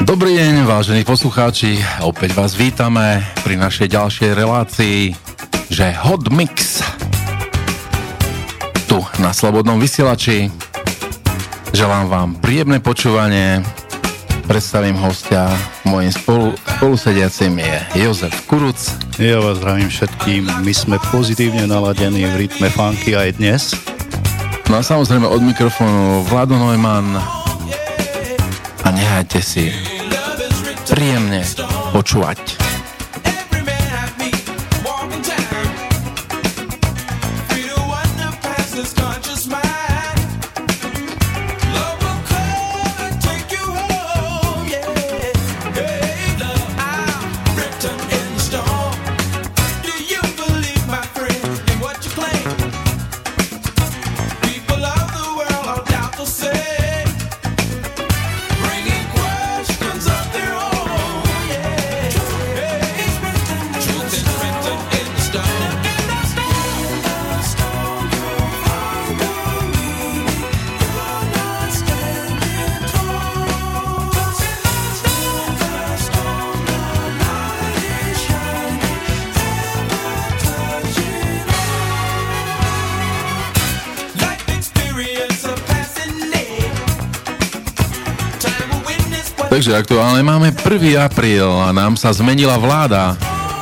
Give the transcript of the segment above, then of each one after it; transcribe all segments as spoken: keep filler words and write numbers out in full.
Dobrý deň, vážení poslucháči, opäť vás vítame pri našej ďalšej relácii, že Hot Mix tu na Slobodnom vysielači. Želám vám príjemné počúvanie. Predstavím hostia, môjim spolu, spolusediacim je Jozef Kuruc. Ja vás zdravím všetkým, my sme pozitívne naladení v rytme funky aj dnes. No a samozrejme od mikrofónu Vlado Neumann a nehajte si príjemne počúvať. Takže aktuálne máme prvý apríl a nám sa zmenila vláda.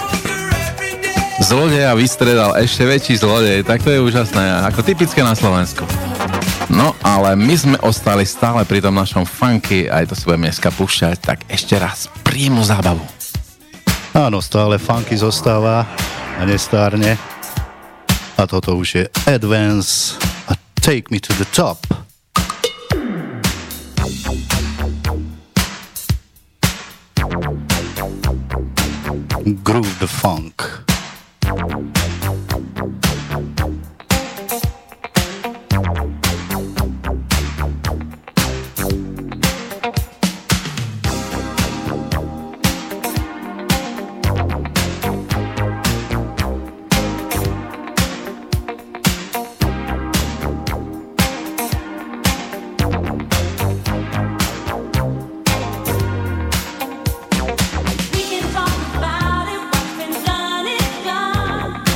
Zlodeja vystredal ešte väčší zlodej, tak to je úžasné, ako typické na Slovensku. No, ale my sme ostali stále pri tom našom funky, aj to si budeme dneska púšťať, tak ešte raz príjemnú zábavu. Áno, stále funky zostáva a nestárne. A toto už je Advance a Take Me to the Top. Groove the funk. We can talk about it, what's been done is done.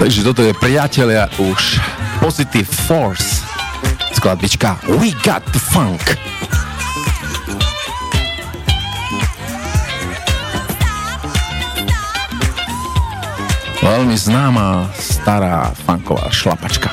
Takže toto je, priatelia, už Positive Force, skladbička We Got the Funk. Veľmi známa stará funková šlapačka.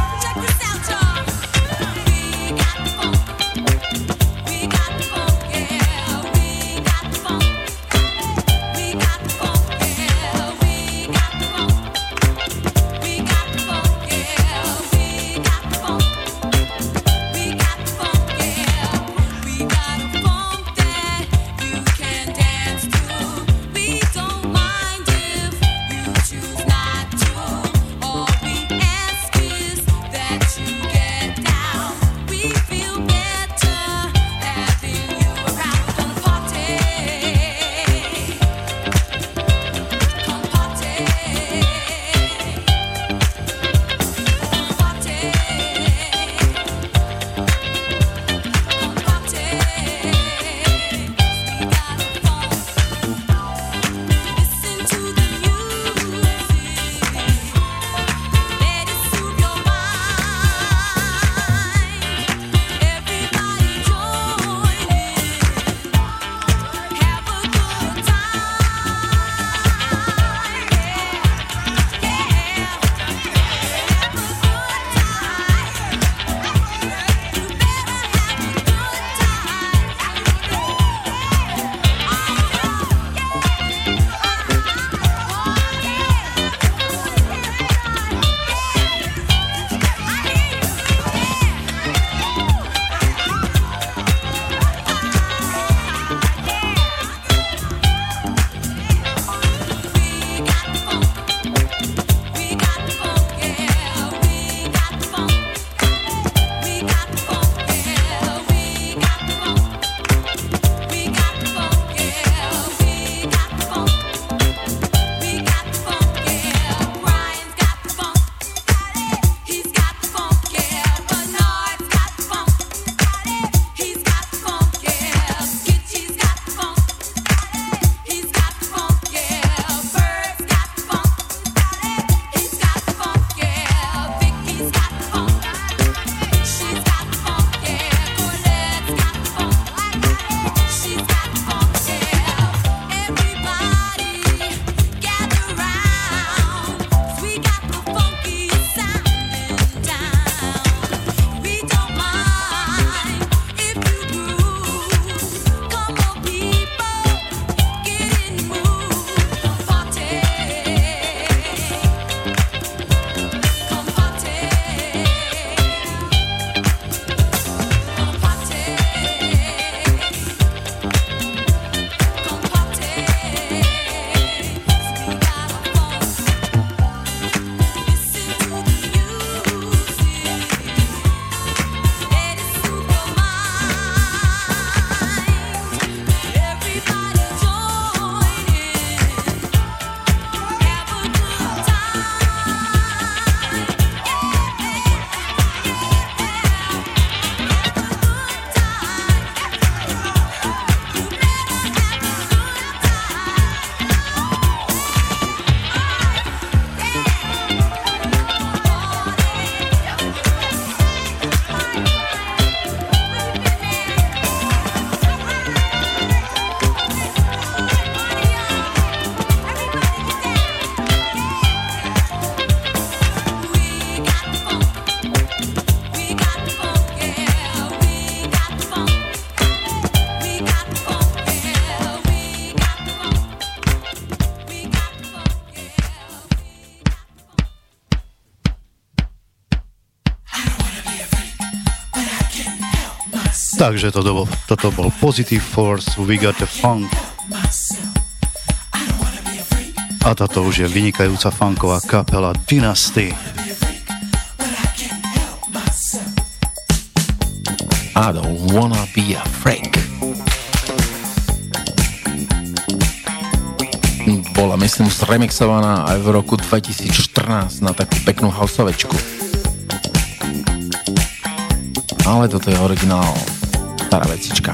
Takže toto bol, toto bol Positive Force, We Got the Funk. A táto už je vynikajúca funková kapela Dynasty. I don't wanna be a freak. Bola, myslím, zremixovaná aj v roku dvetisícštrnásť na takú peknú houseovečku. Ale toto je originál, stará vecička.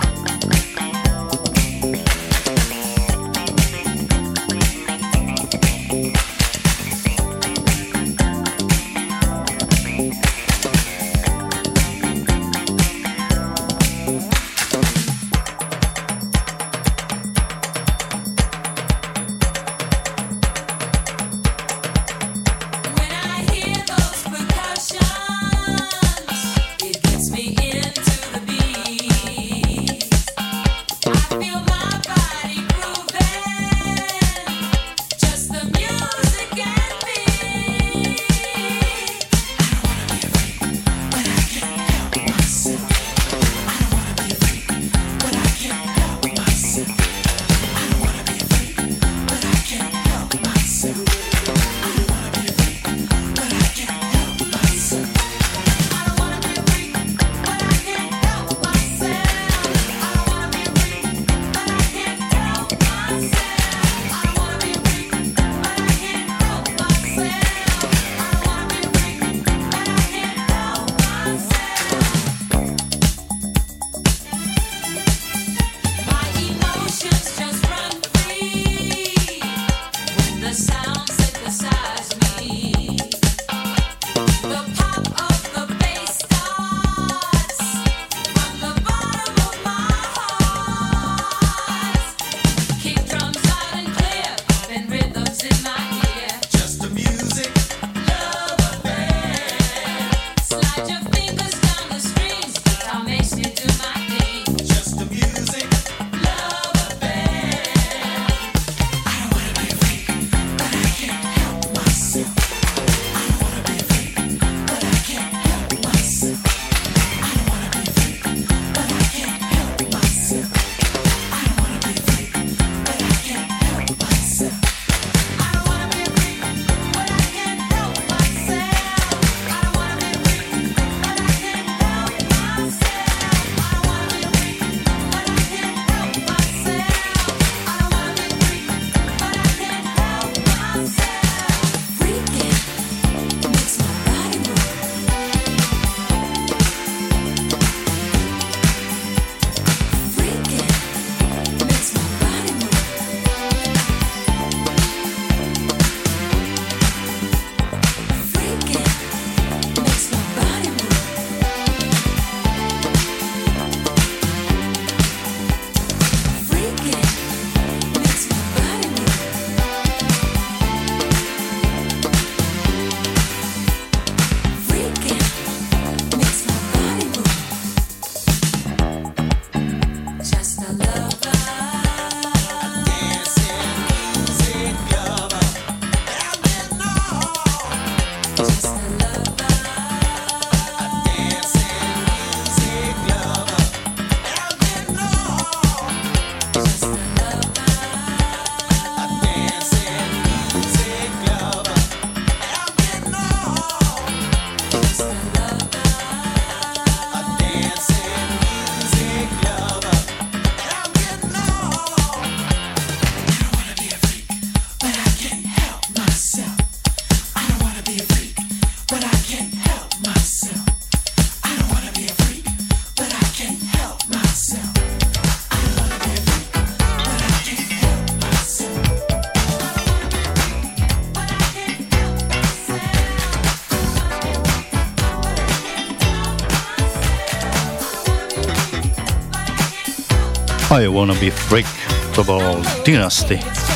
I Wanna Be Freak, to bol Dynasty.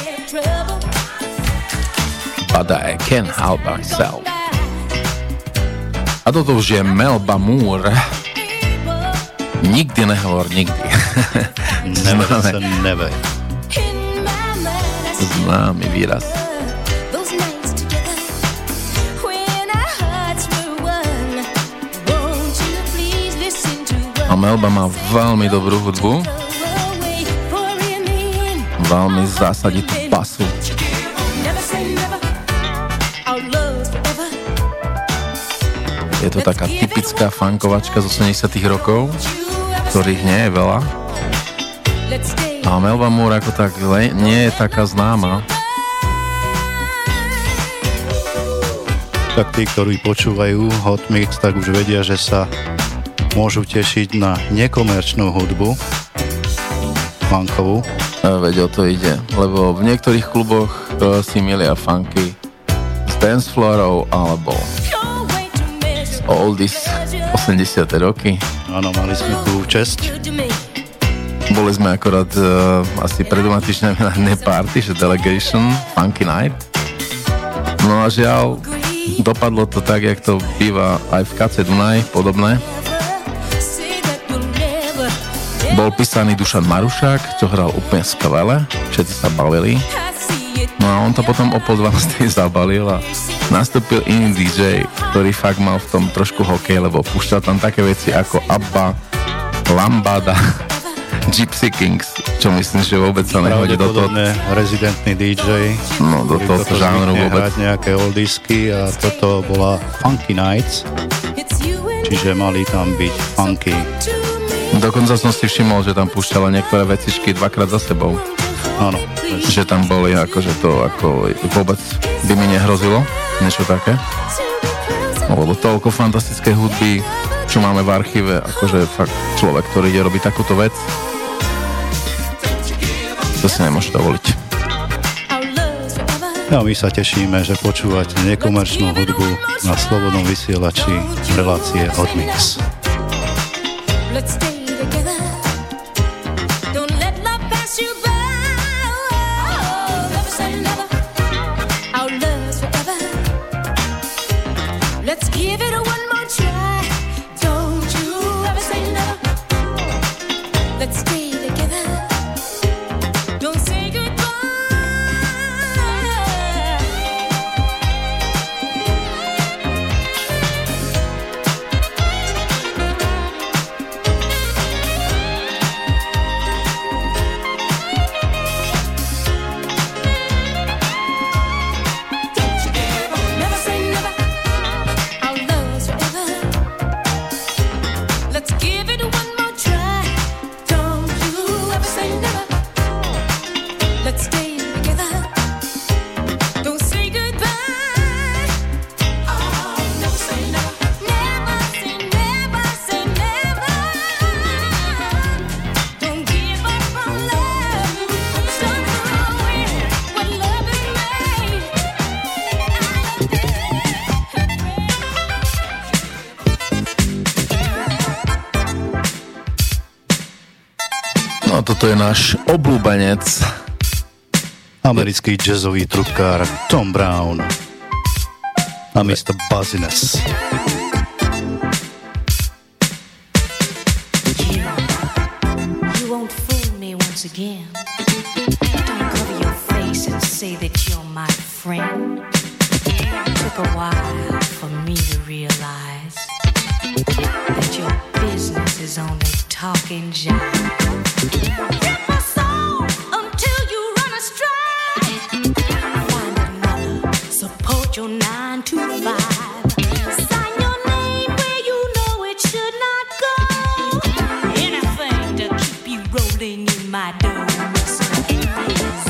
But I Can't Help Myself. A toto už je Melba Moore. Nikdy nehovor, nikdy. Never say never. Známy výraz. A Melba má veľmi dobrú hudbu. Veľmi zásaditú basu. Je to taká typická funkovačka z osemdesiatych rokov, ktorých nie je veľa. A Melba Moore ako tak nie je taká známa. Tak tí, ktorí počúvajú Hot Mix, tak už vedia, že sa môžu tešiť na nekomerčnú hudbu funkovú. Veď o to ide, lebo v niektorých kluboch si milia funky z dance floorov alebo z oldies osemdesiate roky. Áno, mali sme tú česť. Boli sme akorát uh, asi pred dvoma týždňami na jednej party, že Delegation, Funky Night. No a žiaľ, dopadlo to tak, jak to býva aj v Kace Dunaj, podobné. Bol písaný Dušan Marušák, čo hral úplne skvele, všetci sa bavili. No a on to potom o pol dvanástej zabalil a nastúpil iný dý džej, ktorý fakt mal v tom trošku hokej, lebo púšťal tam také veci ako ABBA, Lambada, Gypsy Kings, čo myslím, že vôbec sa nehodí do toho. Rezidentný dý džej, no, do toho žánru vôbec. Hrať nejaké oldisky a toto bola Funky Nights, čiže mali tam byť funky. Dokonca som si všimol, že tam púšťala niektoré vecičky dvakrát za sebou. Áno. Že tam boli akože to ako vôbec by mi nehrozilo, niečo také. Lebo toľko fantastickej hudby, čo máme v archíve, akože fakt človek, ktorý ide robiť takúto vec, to si nemôže dovoliť. No my sa tešíme, že počúvate nekomerčnú hudbu na slobodnom vysielači relácie Hot Mix. Let's stay together. Don't let love pass you by. Oh, never say never. Our love's forever. Let's give it a one more try. No a toto je náš obľúbenec. Americký jazzový trubkár Tom Brown a mister Buzziness. You won't fool me once again. Don't cover your face and say that you're my friend. Took a while for me to realize that your business is only talking jive. Rip my soul until you run astray. Find another, support your nine to five. Sign your name where you know it should not go. Anything to keep you rolling in my dough, Mister Business.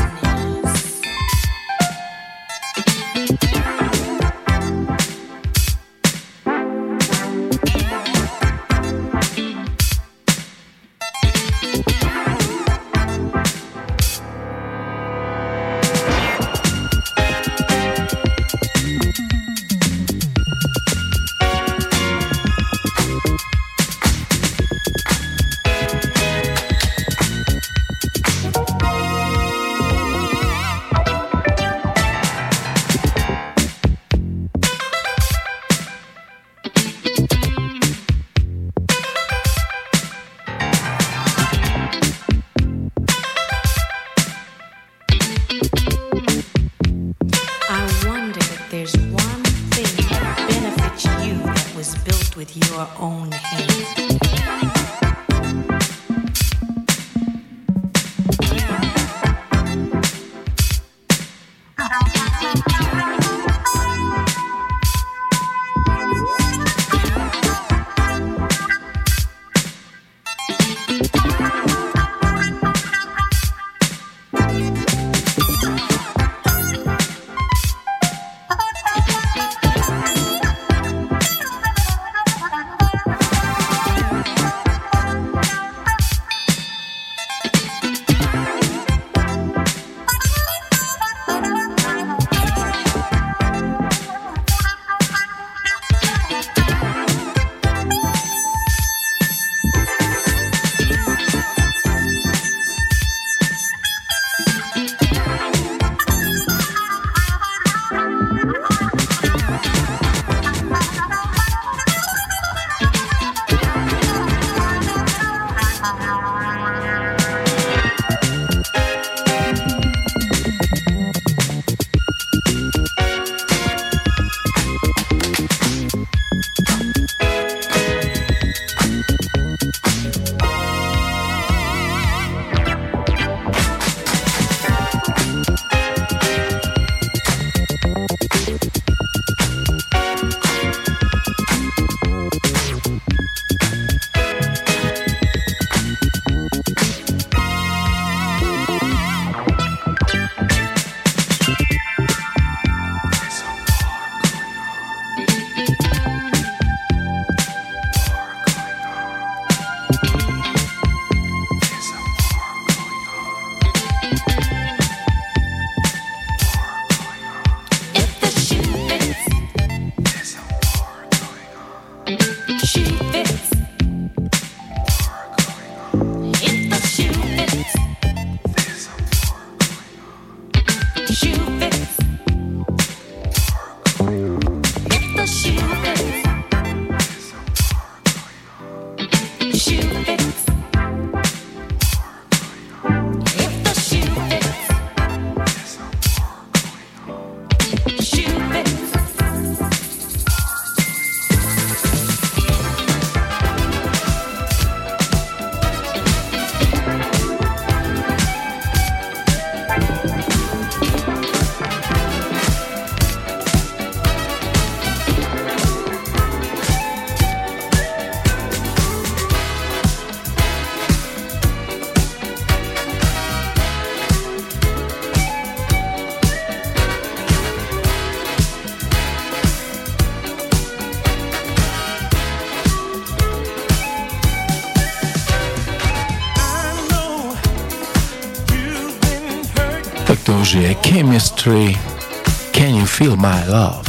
to už je Chemistry, Can You Feel My Love.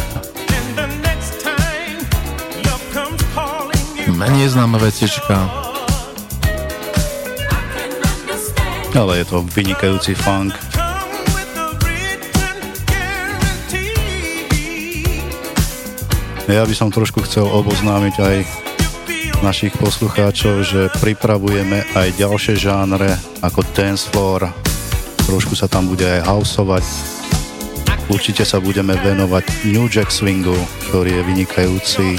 Menej známa vecička. Ale je to vynikajúci funk. Ja by som trošku chcel oboznámiť aj našich poslucháčov, že pripravujeme aj ďalšie žánre ako dance floor. Trošku sa tam bude aj houseovať. Určite sa budeme venovať New Jack Swingu, ktorý je vynikajúci.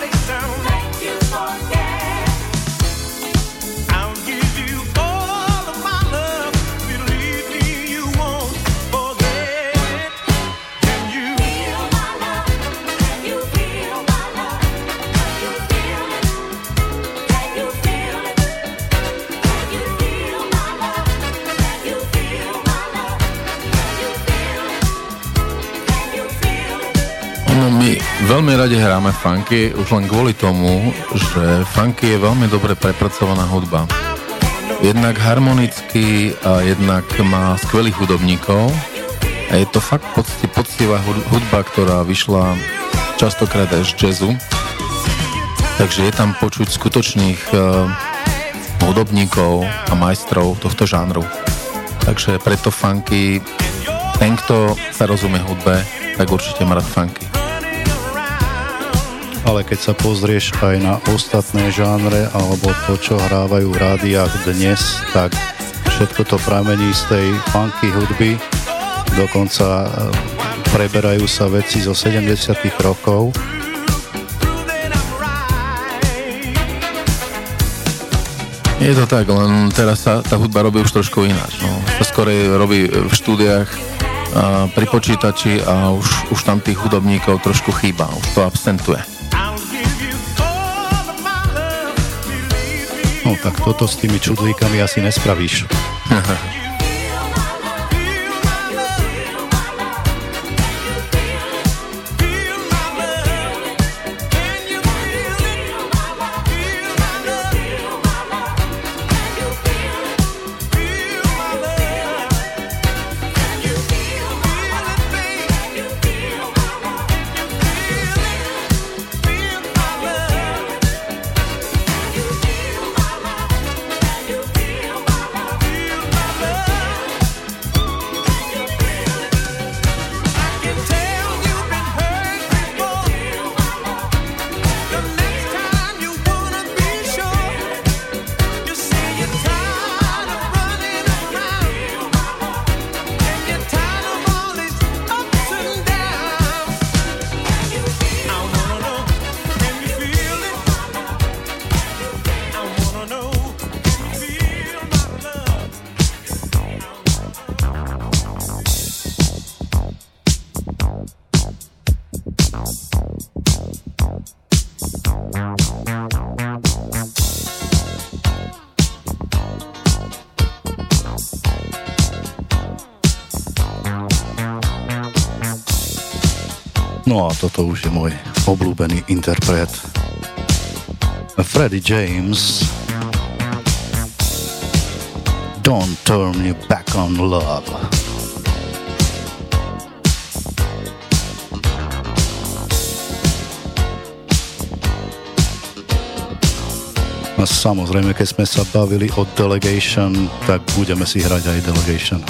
Veľmi radi hráme funky, už len kvôli tomu, že funky je veľmi dobre prepracovaná hudba. Jednak harmonicky a jednak má skvelých hudobníkov a je to fakt pocti, poctivá hudba, ktorá vyšla častokrát aj z jazzu. Takže je tam počuť skutočných uh, hudobníkov a majstrov tohto žánru. Takže preto funky, ten, kto sa rozumie hudbe, tak určite má rád funky. Ale keď sa pozrieš aj na ostatné žánre alebo to, čo hrávajú v rádiách dnes, tak všetko to pramení z tej funky hudby. Dokonca preberajú sa veci zo sedemdesiatych rokov. Je to tak, len teraz sa tá hudba robí už trošku ináč. No. Sa skorej robí v štúdiách a pri počítači a už, už tam tých hudobníkov trošku chýba, už to absentuje. No tak toto s tými čudlíkami asi nespravíš. No a toto už je môj obľúbený interpret Freddie James. Don't turn me back on love. A samozrejme, keď sme sa bavili o Delegation, tak budeme si hrať aj Delegation.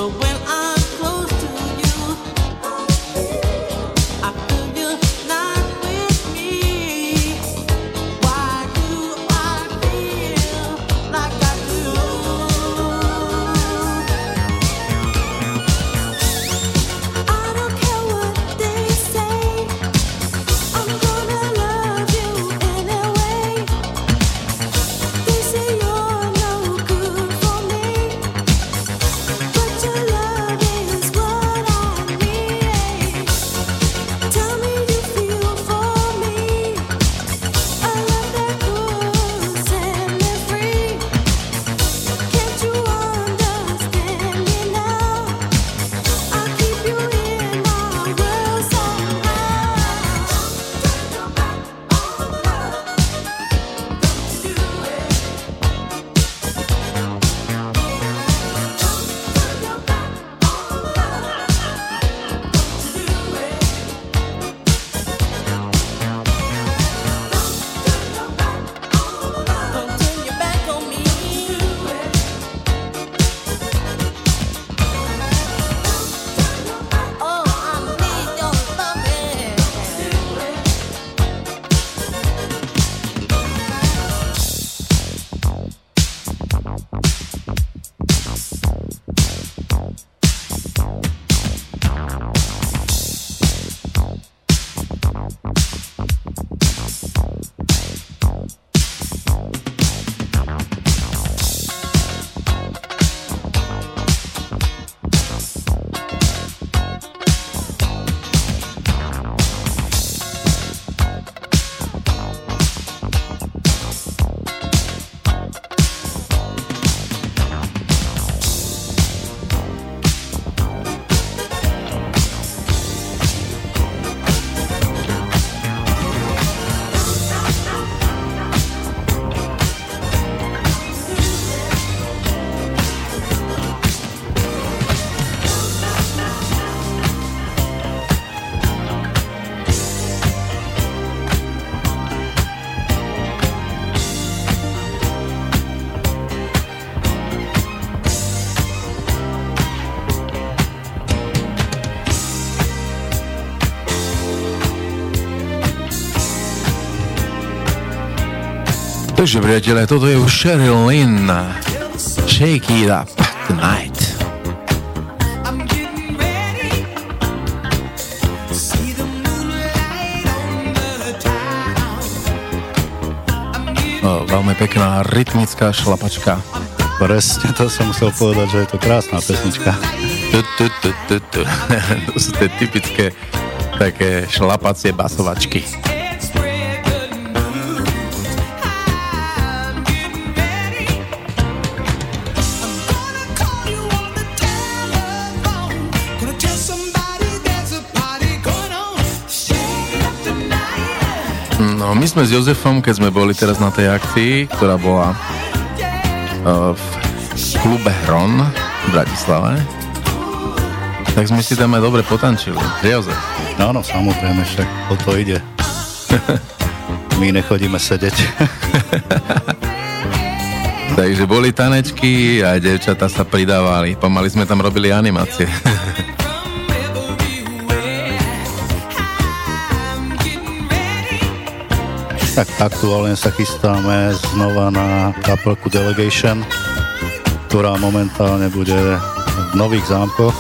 Takže, priateľe, toto je už Sheryl Lynn. Shake it up tonight. O, veľmi pekná rytmická šlapačka. Presne, to som musel povedať, že je to krásna pesnička. Tu, tu, tu, tu, tu. To sú tie typické také šlapacie basovačky. No, my sme s Jozefom, keď sme boli teraz na tej akcii, ktorá bola uh, v klube Hron v Bratislave, tak sme si tam aj dobre potančili. Jozef? Áno, samozrejme, však o to ide. My nechodíme sedieť. Takže boli tanečky a devčatá sa pridávali. Pomaly sme tam robili animácie. Tak aktuálne sa chystáme znova na kapelku Delegation, ktorá momentálne bude v Nových Zámkoch.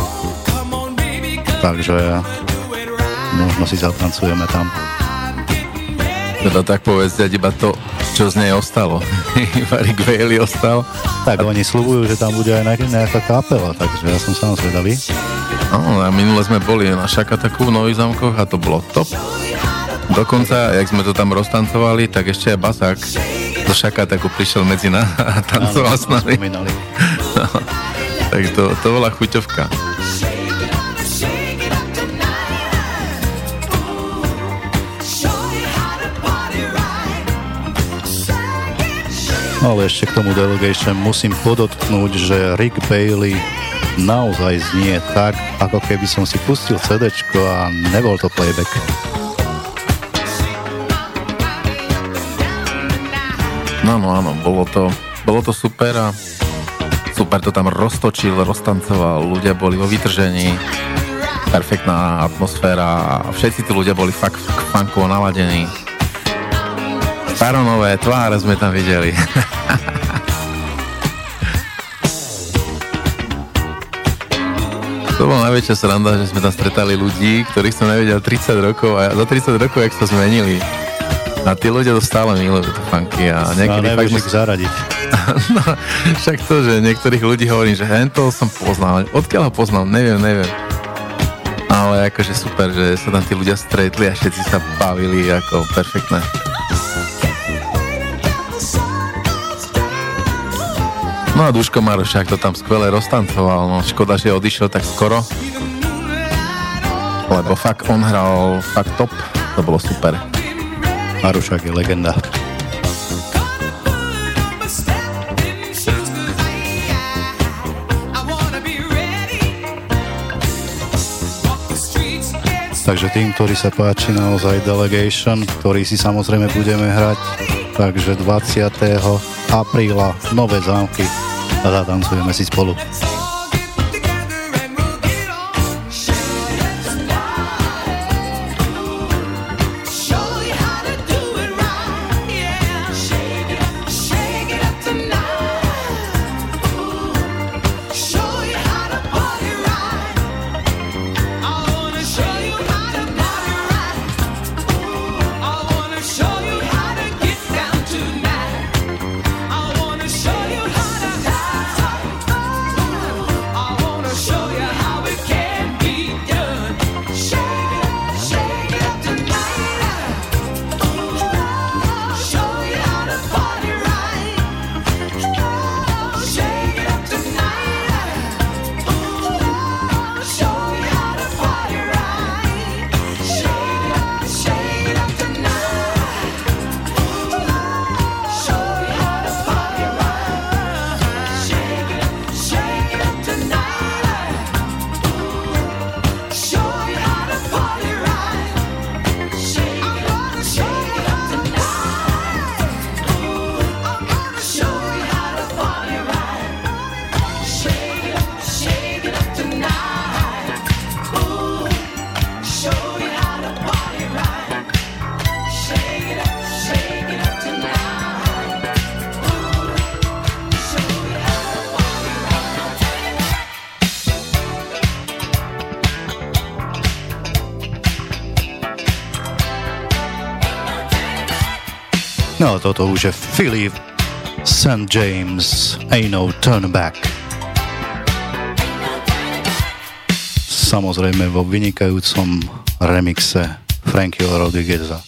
Takže možno si zatancujeme tam. Teda tak povedzať iba to, čo z nej ostalo. Iba Rick Bailey ostal. Tak oni sľubujú, že tam bude aj nejaká kapela, takže ja som sám zvedavý. No, a minule sme boli na Šakataku v Nových Zámkoch a to bolo top. Dokonca, jak sme to tam roztancovali, tak ešte aj Basák do Šakataku prišiel medzi nás a tancoval s nami. No, tak to, to bola chuťovka. Ale ešte k tomu Delegation musím podotknúť, že Rick Bailey naozaj znie tak, ako keby som si pustil cédéčko a nebol to playback. No, no, áno, bolo to, bolo to super a sú super to tam roztočil, roztancoval, ľudia boli vo vytržení, perfektná atmosféra a všetci tí ľudia boli fakt k funku naladení. Staronové tváre sme tam videli. To bola najväčšia sranda, že sme tam stretali ľudí, ktorých som nevedel tridsať rokov a za tridsať rokov, jak sa zmenili. A tí ľudia to stále milujú, to funky a niekedy no, fakt... ich zaradiť. No, však to, že niektorých ľudí hovorím, že hen toho som poznal, odkiaľ ho poznal, neviem, neviem. Ale akože super, že sa tam tí ľudia stretli a všetci sa bavili, ako perfektné. No a Duško Marošák to tam skvele roztancoval, no škoda, že odišiel tak skoro, lebo fakt on hral fakt top, to bolo super. Marošák je legenda. Takže tým, ktorý sa páči naozaj Delegation, ktorý si samozrejme budeme hrať, takže dvadsiateho apríla Nové Zámky a zatancujeme si spolu. No toto už je Philip Saint James, Ain't No Turn Back. Samozrejme vo vynikajúcom remixe Frankyho Rodrigueza.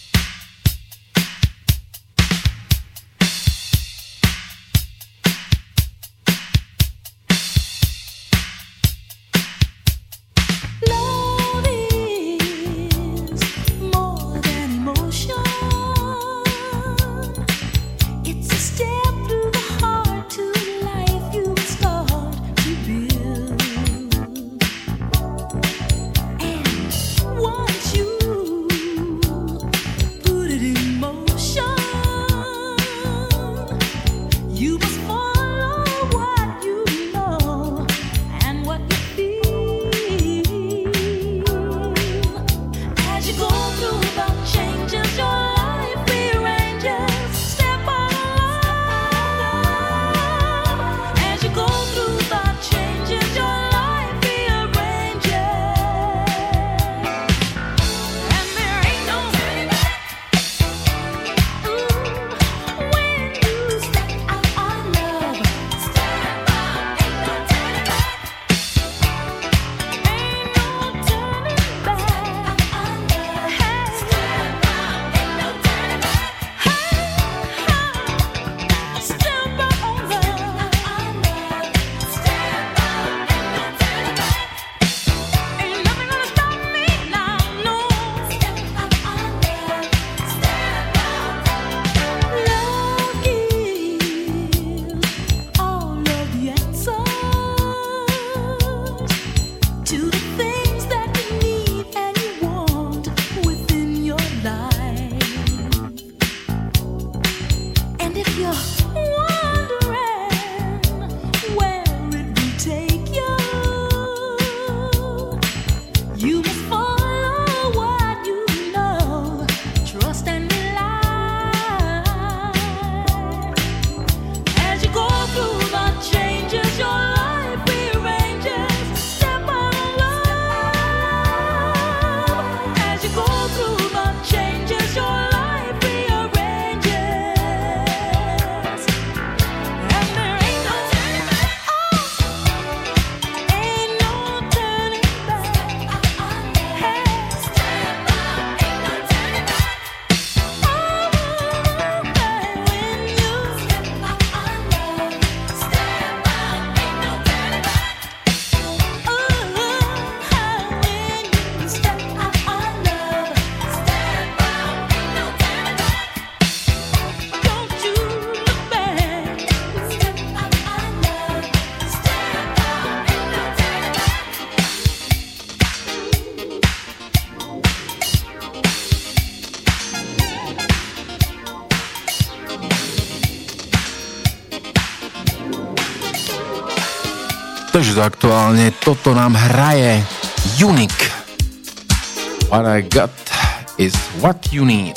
Takže aktuálne toto nám hraje Unique. What I got is what you need.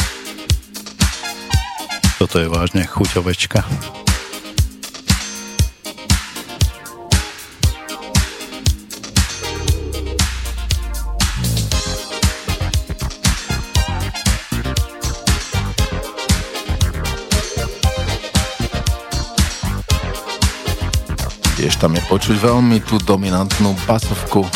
Toto je vážne chuťovečka. Tiež tam je počuť veľmi tú dominantnú basovku.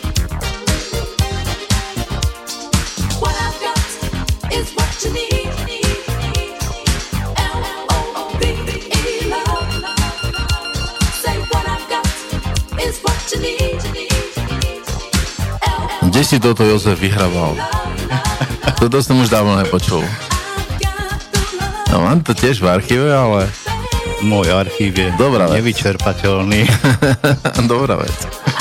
Kde si toto Jozef vyhrával? Toto som už dávno nepočul. No, mám to tiež v archíve, ale... Môj archív je Dobrá vec. Nevyčerpateľný. Dobrá vec.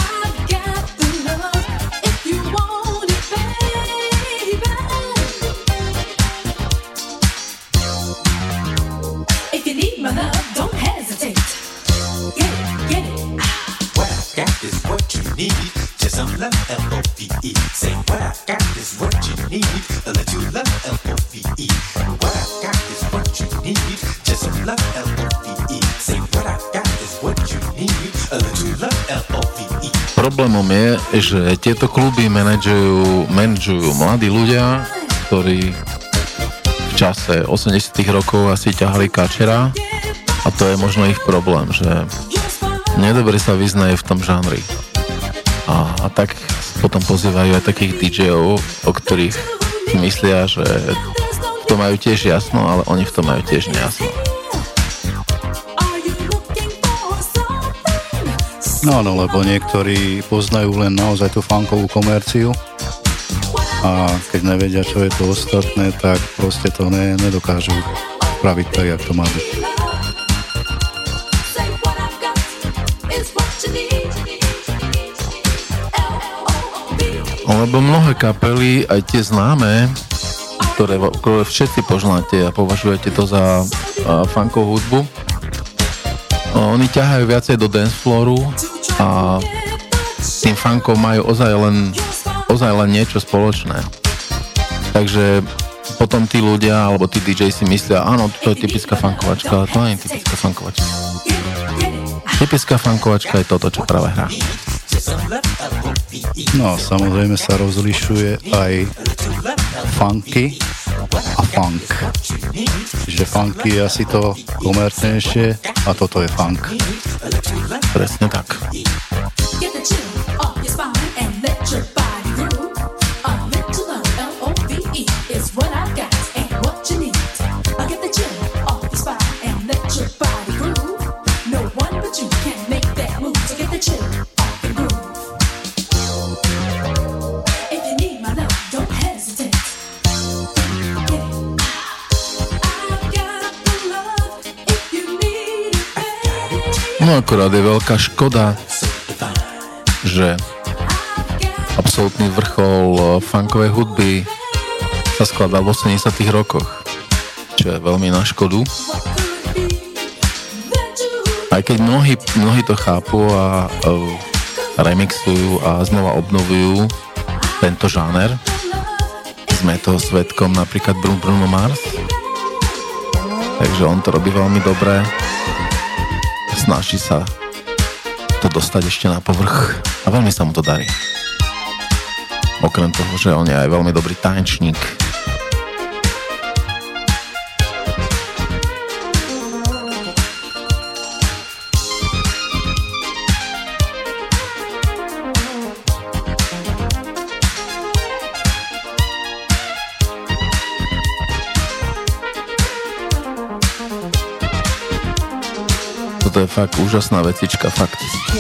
Problémom je, že tieto kluby manažujú, manažujú mladí ľudia, ktorí v čase osemdesiatych rokov asi ťahali kačera a to je možno ich problém, že nedobre sa vyznajú v tom žánri. A, a tak potom pozývajú aj takých dí džejov, o ktorých si myslia, že v tom majú tiež jasno, ale oni v tom majú tiež nejasno. No áno, lebo niektorí poznajú len naozaj tú funkovú komerciu a keď nevedia, čo je to ostatné, tak proste to ne, nedokážu spraviť tak, jak to má byť. Lebo mnohé kapely, aj tie známe, ktoré, ktoré všetci poznáte a považujete to za uh, funkovú hudbu, oni ťahajú viacej do danceflooru a tým funkom majú ozaj len, ozaj len niečo spoločné. Takže potom tí ľudia, alebo tí dí džej si myslia, áno, to je typická funkovačka, ale to nie je typická funkovačka. Typická funkovačka je toto, čo práve hrá. No, samozrejme sa rozlišuje aj funky a funk. Čiže funky je asi to komerčnejšie a toto je funk. Presne tak. No akorát je veľká škoda, že absolútny vrchol funkovej hudby sa skladá v osemdesiatych rokoch, čo je veľmi na škodu. Aj keď mnohí, mnohí to chápu a uh, remixujú a znova obnovujú tento žáner. Sme toho svedkom napríklad Bruno Mars, takže on to robí veľmi dobre. Snaží sa to dostať ešte na povrch a veľmi sa mu to darí. Okrem toho, že on je aj veľmi dobrý tanečník. To je fakt úžasná vecička, fakt.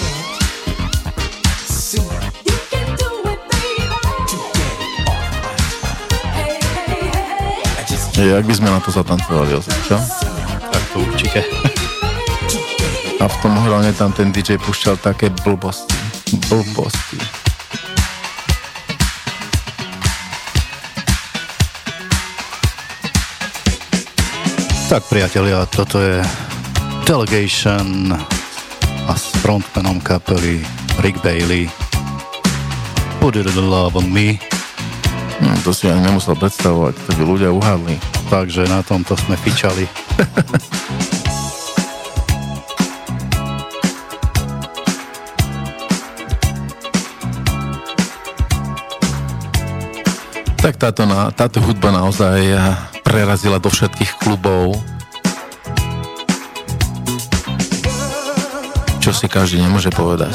Jak by sme na to zatancovali, Jozef, čo? Tak to určite. A v tom hlavne tam ten dí džej púšťal také blbosti. Blbosti. Tak priatelia, toto je Delegation a s frontmanom kapely Rick Bailey. Put it in love on me. No, to si ani nemusel predstavovať, to by ľudia uhádli. Takže na tomto sme fičali. Tak táto, táto hudba naozaj prerazila do všetkých klubov, čo si každý nemôže povedať.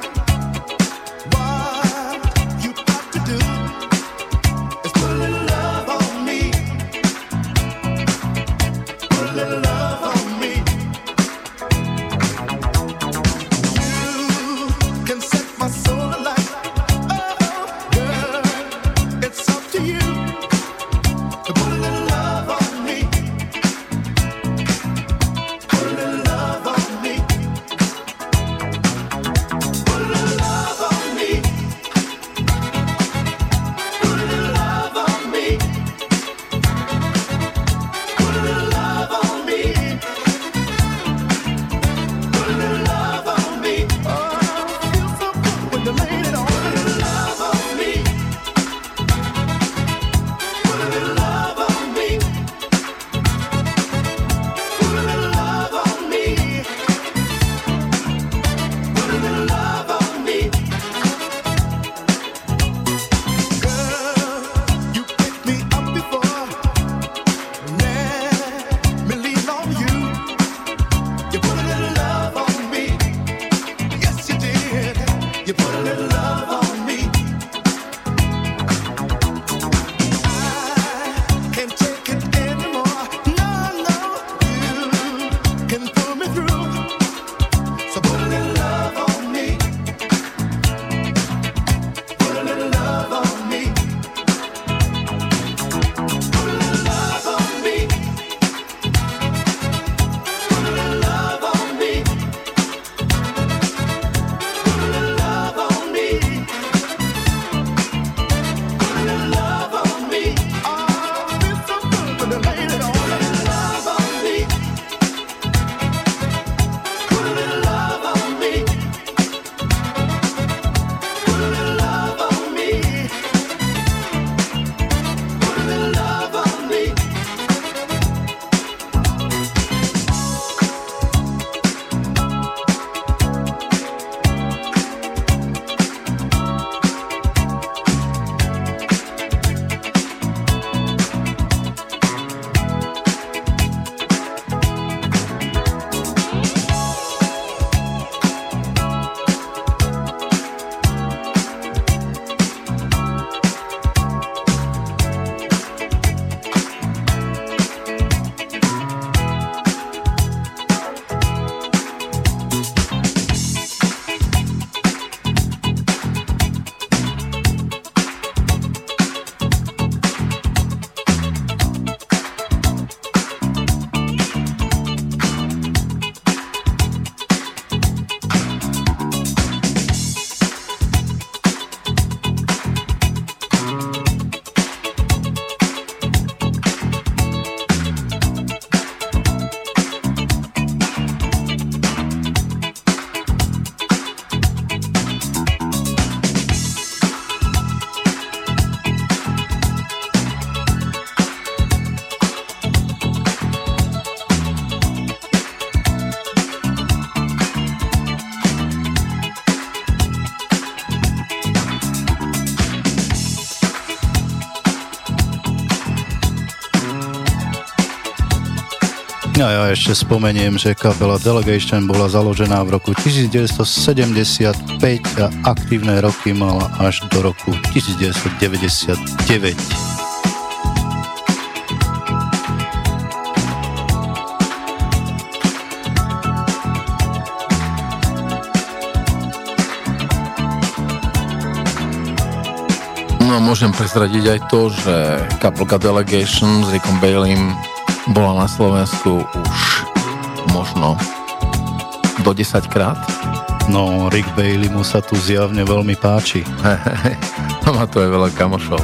A ja ešte spomeniem, že kapela Delegation bola založená v roku devätnásťsedemdesiatpäť a aktívne roky mala až do roku devätnásťdeväťdesiatdeväť. No môžem prezradiť aj to, že kapelka Delegation s Rickom Baileym bola na Slovensku už možno do desať krát. No, Rick Bailey mu sa tu zjavne veľmi páči. Má to aj veľa kamošov.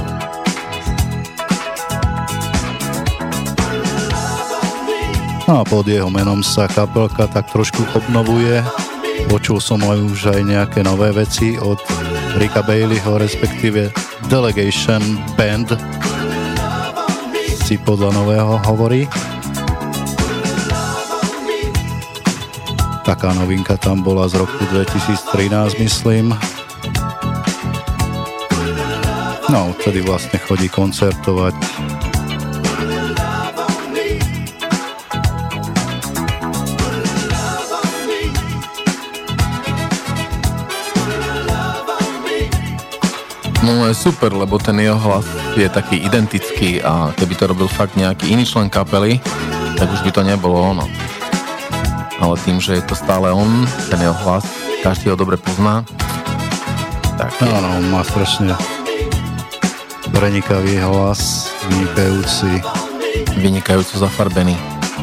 A pod jeho menom sa kapelka tak trošku obnovuje. Počul som aj už aj nejaké nové veci od Ricka Baileyho, respektíve Delegation Band si podľa nového hovorí. Taká novinka tam bola z roku dvetisíctrinásť, myslím. No, vtedy vlastne chodí koncertovať. No je super, lebo ten jeho hlas je taký identický a keby to robil fakt nejaký iný člen kapely, tak už by to nebolo ono. Ale tým, že je to stále on, ten jeho hlas, každý ho dobre pozná, tak je... Áno, on má strašne prenikavý hlas, vynikajúci. Vynikajúco zafarbený.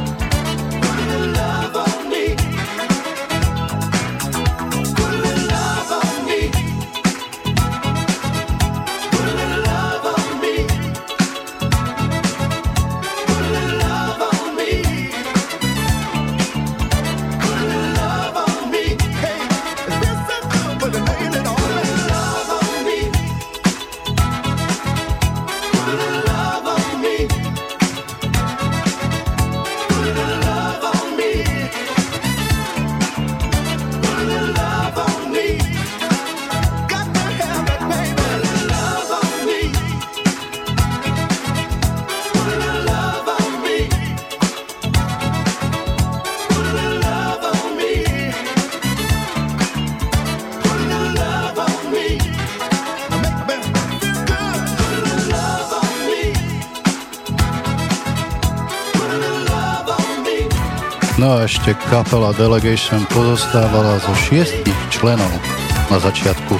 No a ešte kapela Delegation pozostávala zo šiestich členov na začiatku.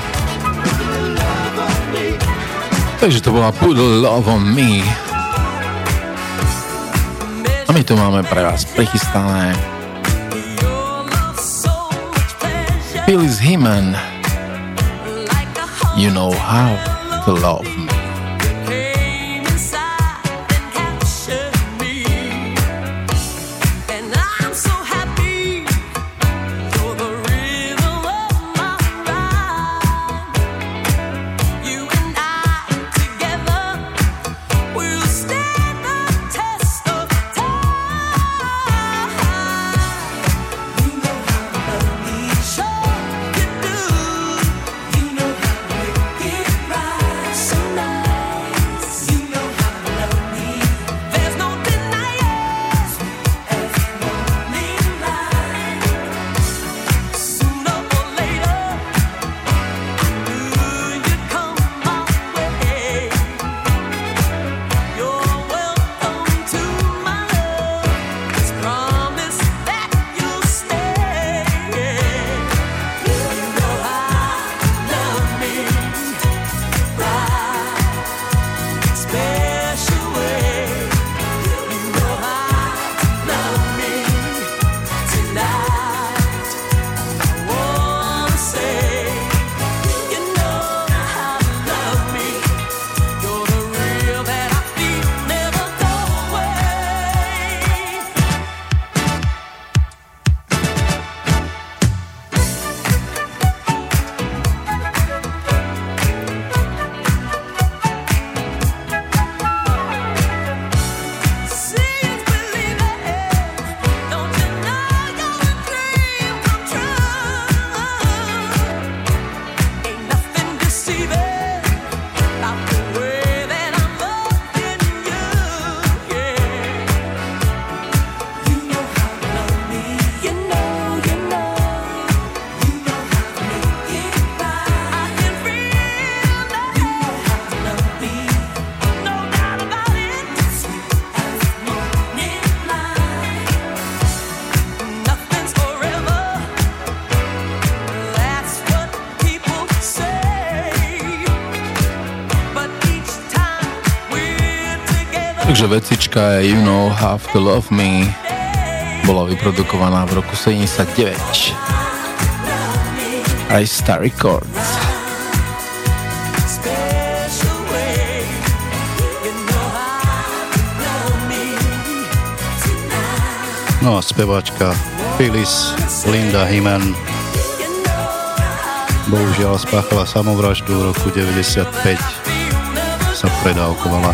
Takže to bola Put Love on Me. A my tu máme pre vás prichystané Phyllis Hyman, You Know How to Love Me. Takže vecička je You Know How to Love Me bola vyprodukovaná v roku sedemdesiatdeväť aj Star Records. No a speváčka Phyllis Linda Hyman bohužiaľ spáchala samovraždu v roku deväťdesiatpäť, sa predávkovala.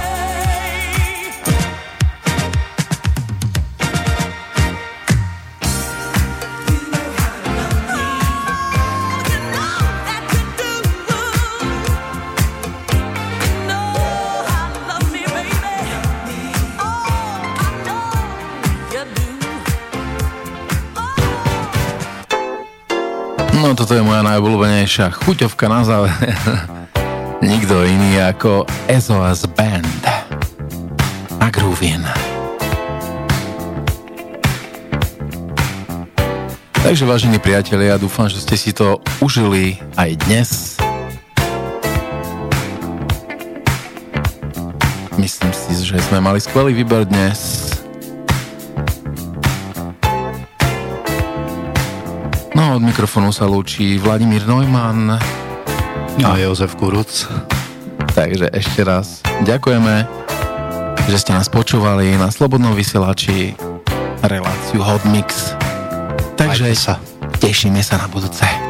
No toto je moja najobľúbenejšia chuťovka na záver. Nikto iný ako es o es Band a Groovin. Takže vážení priatelia, dúfam, že ste si to užili aj dnes. Myslím si, že sme mali skvelý výber dnes. No, od mikrofónu sa lúči Vladimír Neumann a Jozef Kuruc. Takže ešte raz ďakujeme, že ste nás počúvali na Slobodnom vysielači reláciu Hot Mix. Takže sa. Tešíme sa na budúce.